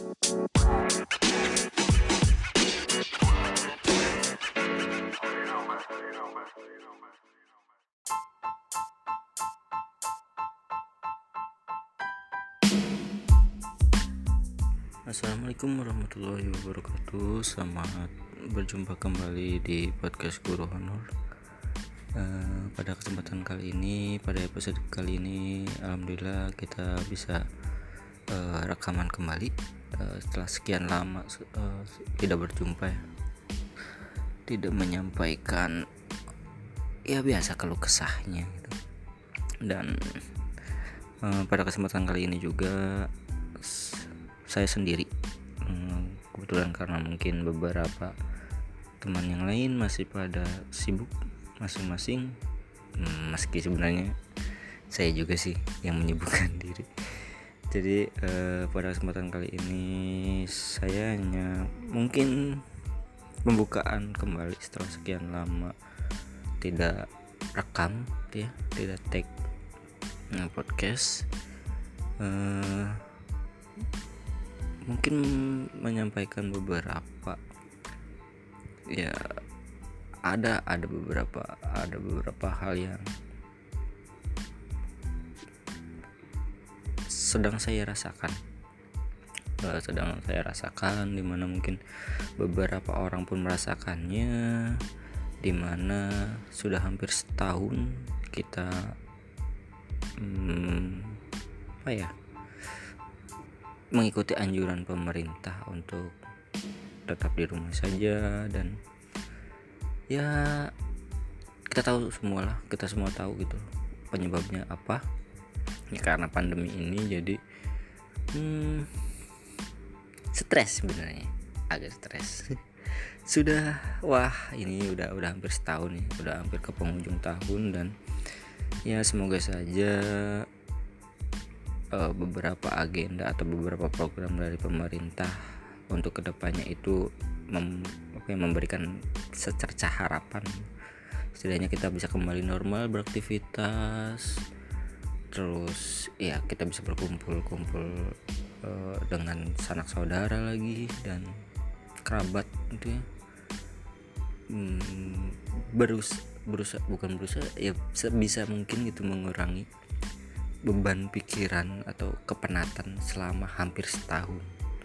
Assalamualaikum warahmatullahi wabarakatuh. Selamat berjumpa kembali di podcast Guru Honor. Pada kesempatan kali ini, pada episode kali ini, alhamdulillah kita bisa rekaman kembali setelah sekian lama tidak berjumpa ya. Tidak menyampaikan ya biasa keluh kesahnya gitu. Dan pada kesempatan kali ini juga saya sendiri, kebetulan karena mungkin beberapa teman yang lain masih pada sibuk masing-masing, meski sebenarnya saya juga sih yang menyibukkan diri. Jadi pada kesempatan kali ini saya hanya mungkin pembukaan kembali setelah sekian lama tidak rekam ya, tidak take podcast. Mungkin menyampaikan beberapa ya, ada beberapa hal yang sedang saya rasakan, dimana mungkin beberapa orang pun merasakannya, dimana sudah hampir setahun kita mengikuti anjuran pemerintah untuk tetap di rumah saja. Dan ya kita semua tahu gitu penyebabnya apa ya, karena pandemi ini. Jadi stres, sebenarnya agak stres. Ini udah hampir setahun ya, udah hampir ke penghujung tahun. Dan ya semoga saja beberapa agenda atau beberapa program dari pemerintah untuk kedepannya itu memberikan secercah harapan. Setidaknya kita bisa kembali normal beraktivitas, terus ya kita bisa berkumpul dengan sanak saudara lagi dan kerabat gitu ya. Berusaha ya sebisa mungkin gitu mengurangi beban pikiran atau kepenatan selama hampir setahun.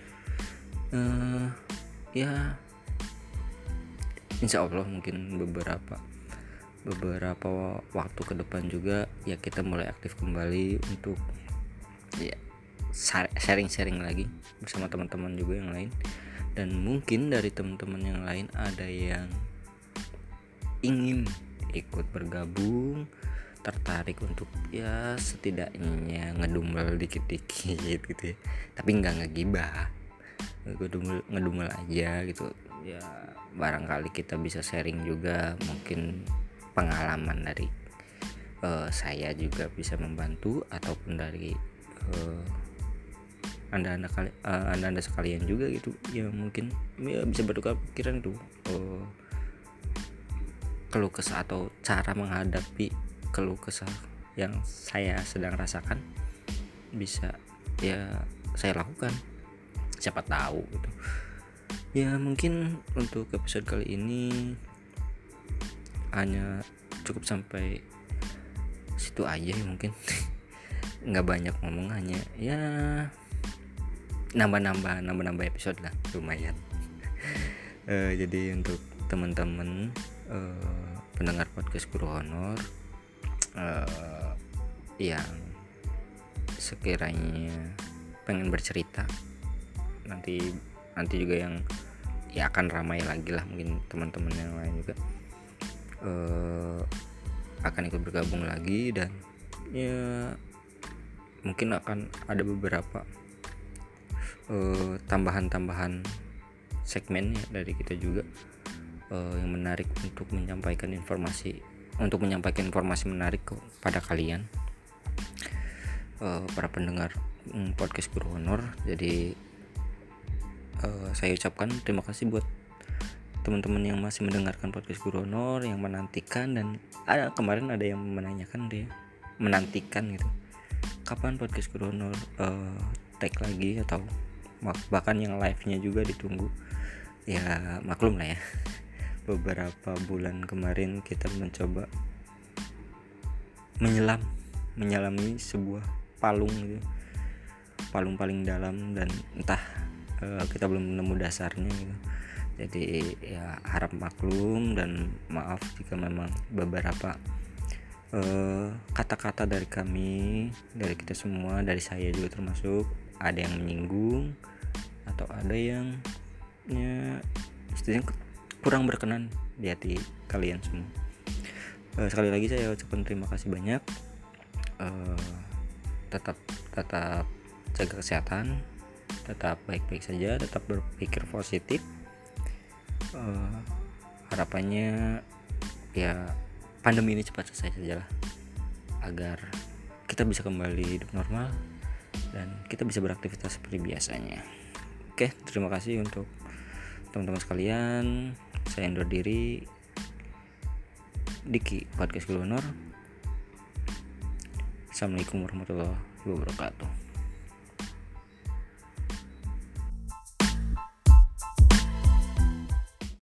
Ya insya Allah mungkin beberapa waktu ke depan juga ya kita mulai aktif kembali untuk ya sharing lagi bersama teman-teman juga yang lain. Dan mungkin dari teman-teman yang lain ada yang ingin ikut bergabung, tertarik untuk ya setidaknya ngedumel dikit-dikit gitu ya, tapi nggak ngegibah, ngedumel aja gitu ya. Barangkali kita bisa sharing juga, mungkin pengalaman dari saya juga bisa membantu, ataupun dari anda sekalian juga gitu ya, mungkin ya bisa bertukar pikiran tuh keluh kesah atau cara menghadapi keluh kesah yang saya sedang rasakan bisa ya saya lakukan, siapa tahu gitu ya. Mungkin untuk episode kali ini hanya cukup sampai situ aja ya, mungkin nggak banyak ngomong, hanya ya nambah episode lah, lumayan. Jadi untuk teman-teman pendengar podcast Guru Honor yang sekiranya pengen bercerita, nanti juga yang ya akan ramai lagi lah, mungkin teman-teman yang lain juga akan ikut bergabung lagi. Dan ya mungkin akan ada beberapa tambahan segmen ya dari kita juga yang menarik untuk menyampaikan informasi menarik kepada kalian para pendengar podcast Guru Honor. Jadi saya ucapkan terima kasih buat teman-teman yang masih mendengarkan podcast Guru Honor, yang menantikan. Dan kemarin ada yang menantikan gitu, kapan podcast Guru Honor take lagi atau bahkan yang live-nya juga ditunggu. Ya maklum lah ya, beberapa bulan kemarin kita mencoba menyelami sebuah palung gitu, palung paling dalam, dan entah kita belum menemu dasarnya gitu. Jadi ya harap maklum dan maaf jika memang beberapa kata-kata dari kami, dari kita semua, dari saya juga termasuk, ada yang menyinggung atau ada yang ya istilahnya kurang berkenan di hati kalian semua. Sekali lagi saya ucapkan terima kasih banyak. Tetap jaga kesehatan, tetap baik-baik saja, tetap berpikir positif. Harapannya ya pandemi ini cepat selesai saja lah, agar kita bisa kembali hidup normal dan kita bisa beraktivitas seperti biasanya. Oke, terima kasih untuk teman-teman sekalian. Saya undur diri. Diki Podcast Glonor. Assalamualaikum warahmatullahi wabarakatuh.